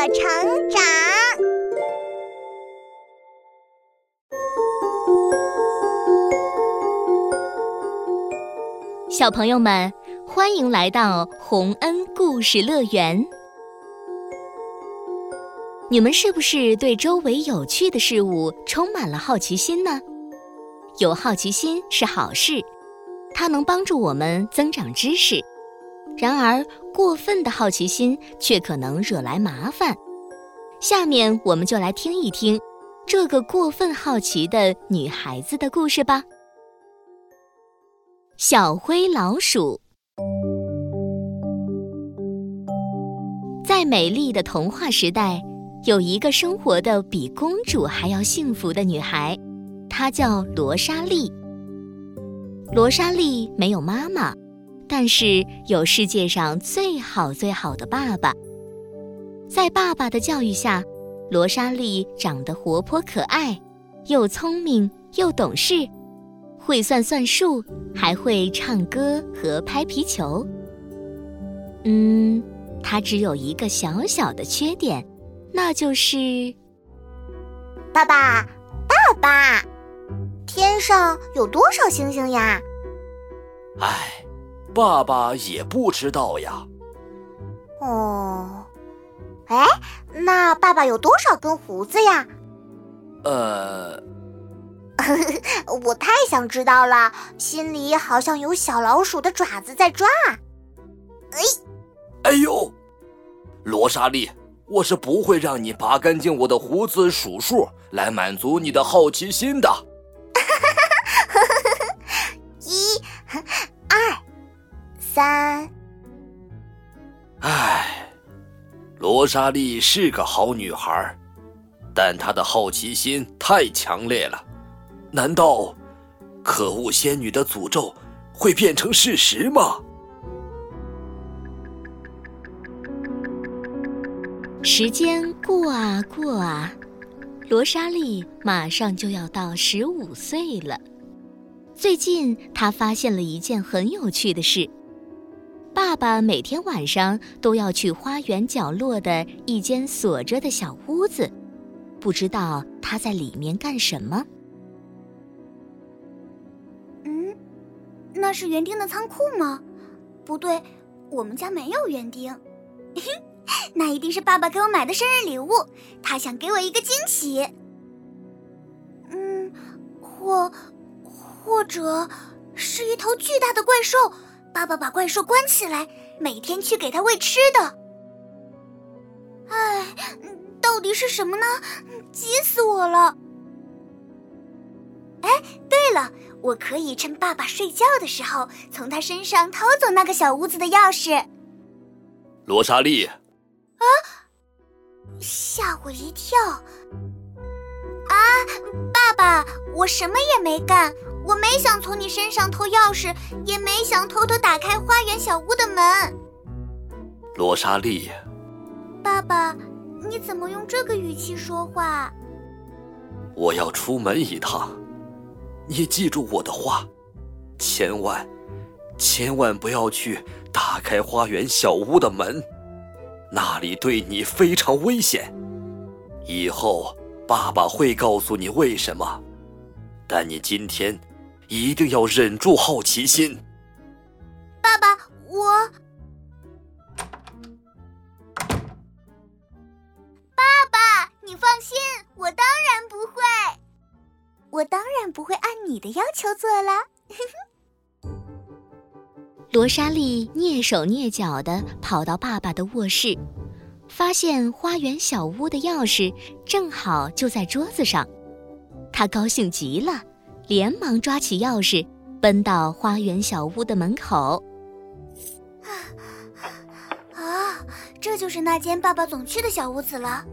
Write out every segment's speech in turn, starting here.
成长。 小朋友们，欢迎来到洪恩故事乐园。你们是不是对周围有趣的事物充满了好奇心呢？有好奇心是好事，它能帮助我们增长知识。然而，过分的好奇心却可能惹来麻烦。下面我们就来听一听这个过分好奇的女孩子的故事吧。小灰老鼠。在美丽的童话时代，有一个生活的比公主还要幸福的女孩，她叫罗莎莉。罗莎莉没有妈妈，但是有世界上最好最好的爸爸。在爸爸的教育下，罗莎莉长得活泼可爱，又聪明又懂事，会算算数，还会唱歌和拍皮球。她只有一个小小的缺点，那就是爸爸，天上有多少星星呀？ 爸爸也不知道呀。 那爸爸有多少根胡子呀？我太想知道了，心里好像有小老鼠的爪子在抓。 哎呦，罗莎莉，我是不会让你拔干净我的胡子数数来满足你的好奇心的。 1、2、3。 罗莎莉是个好女孩，但她的好奇心太强烈了。难道可恶仙女的诅咒会变成事实吗？ 时间过啊过啊，罗莎莉马上就要到15岁了。最近她发现了一件很有趣的事，爸爸每天晚上都要去花园角落的一间锁着的小屋子，不知道他在里面干什么。 那是园丁的仓库吗？不对，我们家没有园丁。那一定是爸爸给我买的生日礼物，他想给我一个惊喜。或者是一头巨大的怪兽，爸爸把怪兽关起来，每天去给它喂吃的。到底是什么呢？急死我了。对了，我可以趁爸爸睡觉的时候，从他身上偷走那个小屋子的钥匙。 罗莎莉， 吓我一跳！爸爸，我什么也没干，我没想从你身上偷钥匙，也没想偷偷打开花园小屋的门。 罗莎莉， 爸爸，你怎么用这个语气说话？ 我要出门一趟，你记住我的话，千万不要去打开花园小屋的门，那里对你非常危险。以后爸爸会告诉你为什么，但你今天一定要忍住好奇心。 爸爸，爸爸，你放心，我当然不会按你的要求做了。 罗莎莉蹑手蹑脚地跑到爸爸的卧室，发现花园小屋的钥匙正好就在桌子上。她高兴极了，连忙抓起钥匙，奔到花园小屋的门口。 这就是那间爸爸总去的小屋子了。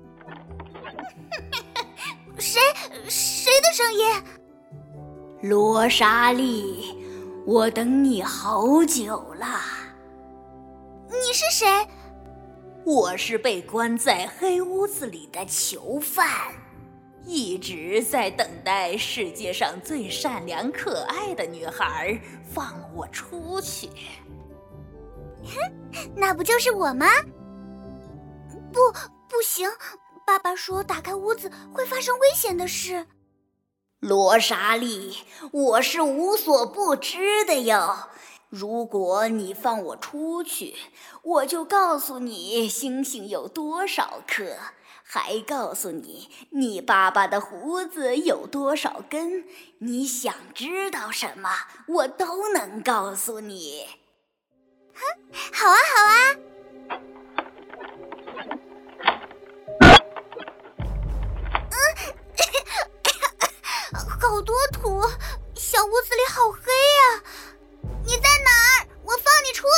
谁的声音？ 罗莎莉，我等你好久了。 你是谁？ 我是被关在黑屋子里的囚犯，一直在等待世界上最善良可爱的女孩放我出去。 那不就是我吗？ 不行，爸爸说打开屋子会发生危险的事。 罗莎莉，我是无所不知的哟。如果你放我出去，我就告诉你星星有多少颗，还告诉你你爸爸的胡子有多少根。你想知道什么，我都能告诉你。 好啊，好啊。好多土，小屋子里好黑呀！你在哪儿？我放你出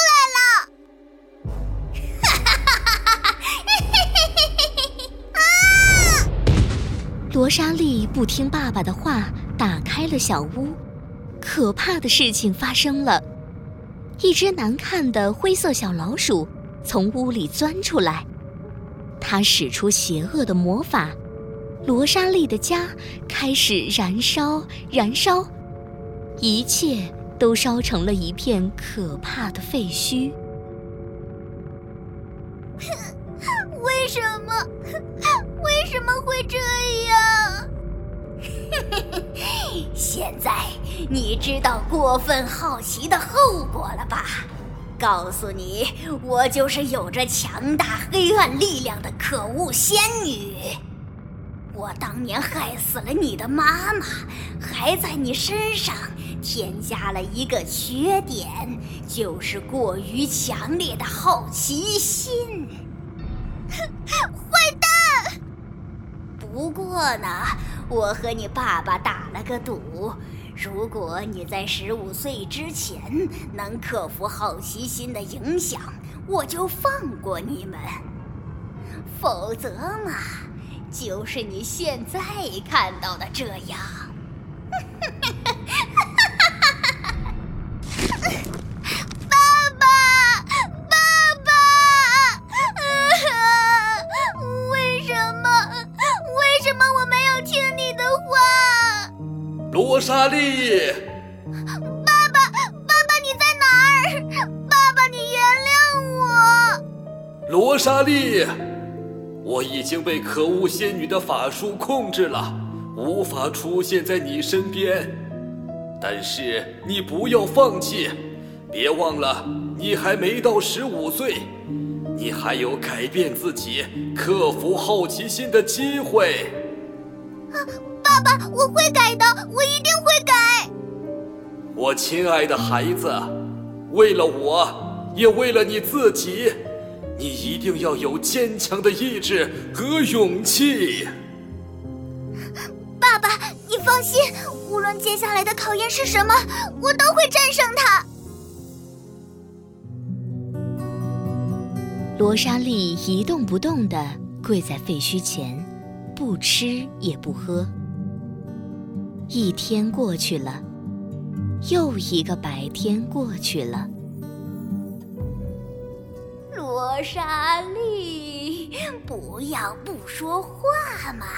来了！ 罗莎莉不听爸爸的话，打开了小屋。可怕的事情发生了，一只难看的灰色小老鼠从屋里钻出来，它使出邪恶的魔法，罗莎莉的家开始燃烧，一切都烧成了一片可怕的废墟。 为什么会这样？ 现在你知道过分好奇的后果了吧？告诉你，我就是有着强大黑暗力量的可恶仙女。我当年害死了你的妈妈，还在你身上添加了一个缺点，就是过于强烈的好奇心。 坏蛋！ 不过呢，我和你爸爸打了个赌，如果你在15岁之前能克服好奇心的影响，我就放过你们。否则嘛，就是你现在看到的这样。 为什么我没有听你的话？ 罗莎莉， 爸爸你在哪儿？爸爸你原谅我。 罗莎莉，我已经被可恶仙女的法术控制了，无法出现在你身边。但是你不要放弃，别忘了你还没到15岁，你还有改变自己、克服好奇心的机会。 爸爸，我会改的，我一定会改。 我亲爱的孩子，为了我，也为了你自己，你一定要有坚强的意志和勇气。 爸爸，你放心，无论接下来的考验是什么，我都会战胜它。 罗莎莉一动不动地跪在废墟前，不吃也不喝。一天过去了，又一个白天过去了。 罗莎莉，不要不说话嘛！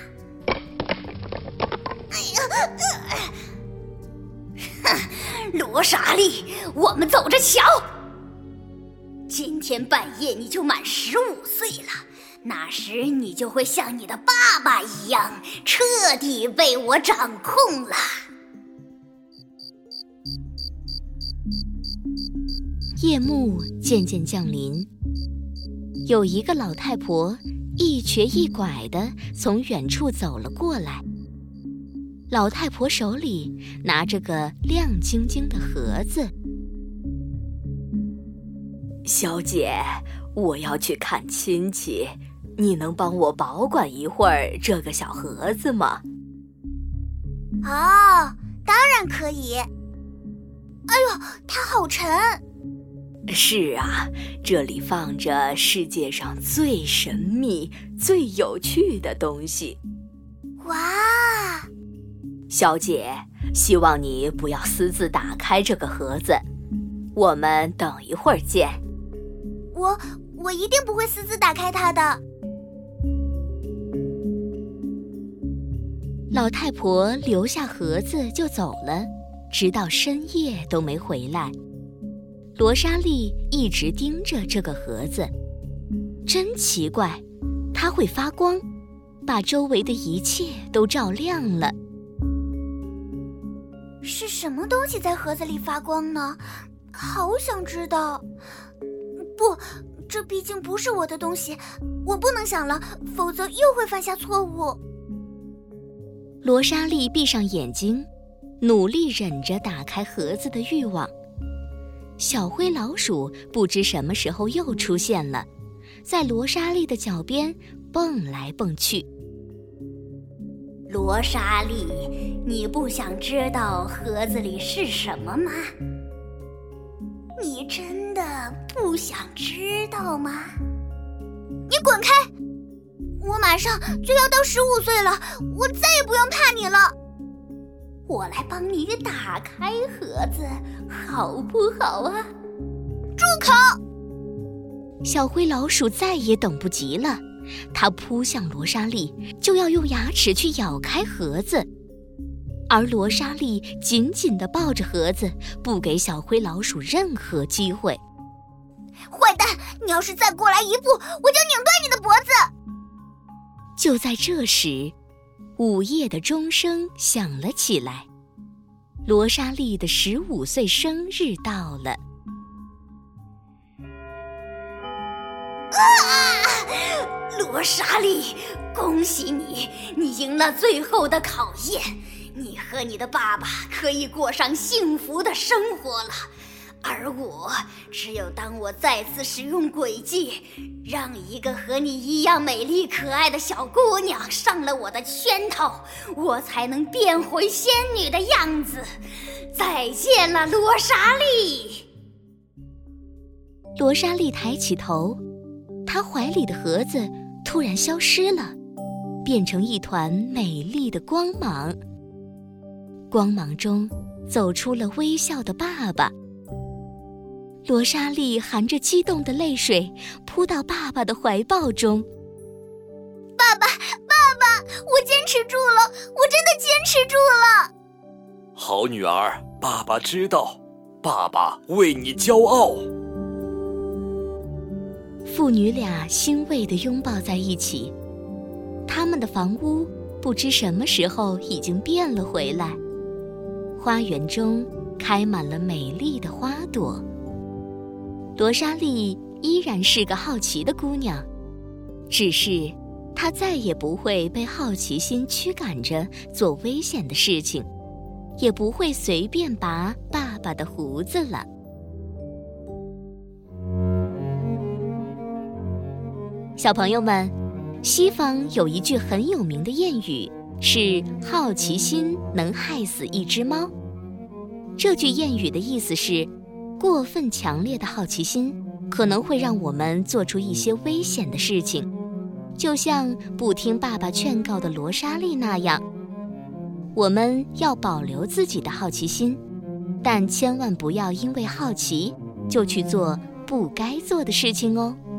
罗莎莉，我们走着瞧。今天半夜你就满15岁了，那时你就会像你的爸爸一样，彻底被我掌控了。 夜幕渐渐降临，有一个老太婆一瘸一拐地从远处走了过来。老太婆手里拿着个亮晶晶的盒子。 小姐，我要去看亲戚，你能帮我保管一会儿这个小盒子吗？ 哦，当然可以。哎呦，它好沉。 是啊，这里放着世界上最神秘、最有趣的东西。 哇！ 小姐，希望你不要私自打开这个盒子。我们等一会儿见。 我一定不会私自打开它的。 老太婆留下盒子就走了，直到深夜都没回来。罗莎莉一直盯着这个盒子，真奇怪， 它会发光，把周围的一切都照亮了。 是什么东西在盒子里发光呢？好想知道。不，这毕竟不是我的东西，我不能想了，否则又会犯下错误。 罗莎莉闭上眼睛，努力忍着打开盒子的欲望。小灰老鼠不知什么时候又出现了，在罗莎莉的脚边蹦来蹦去。 罗莎莉，你不想知道盒子里是什么吗？你真的不想知道吗？ 你滚开！我马上就要到15岁了，我再也不用怕你了。 我来帮你打开盒子，好不好啊？ 住口！ 小灰老鼠再也等不及了，它扑向罗莎莉，就要用牙齿去咬开盒子。而罗莎莉紧紧地抱着盒子，不给小灰老鼠任何机会。 坏蛋，你要是再过来一步，我就拧断你的脖子！ 就在这时，午夜的钟声响了起来，罗莎莉的15岁生日到了。 罗莎莉，恭喜你，你赢了最后的考验，你和你的爸爸可以过上幸福的生活了。而我，只有当我再次使用诡计，让一个和你一样美丽可爱的小姑娘上了我的圈套，我才能变回仙女的样子。再见了，罗莎莉。 罗莎莉抬起头，她怀里的盒子突然消失了，变成一团美丽的光芒。光芒中走出了微笑的爸爸。罗莎莉含着激动的泪水扑到爸爸的怀抱中。 爸爸，我坚持住了，我真的坚持住了。 好女儿，爸爸知道，爸爸为你骄傲。 父女俩欣慰地拥抱在一起。他们的房屋不知什么时候已经变了回来，花园中开满了美丽的花朵。罗莎莉依然是个好奇的姑娘，只是她再也不会被好奇心驱赶着做危险的事情，也不会随便拔爸爸的胡子了。小朋友们，西方有一句很有名的谚语，是好奇心能害死一只猫。这句谚语的意思是，过分强烈的好奇心可能会让我们做出一些危险的事情，就像不听爸爸劝告的罗莎莉那样。我们要保留自己的好奇心，但千万不要因为好奇就去做不该做的事情哦。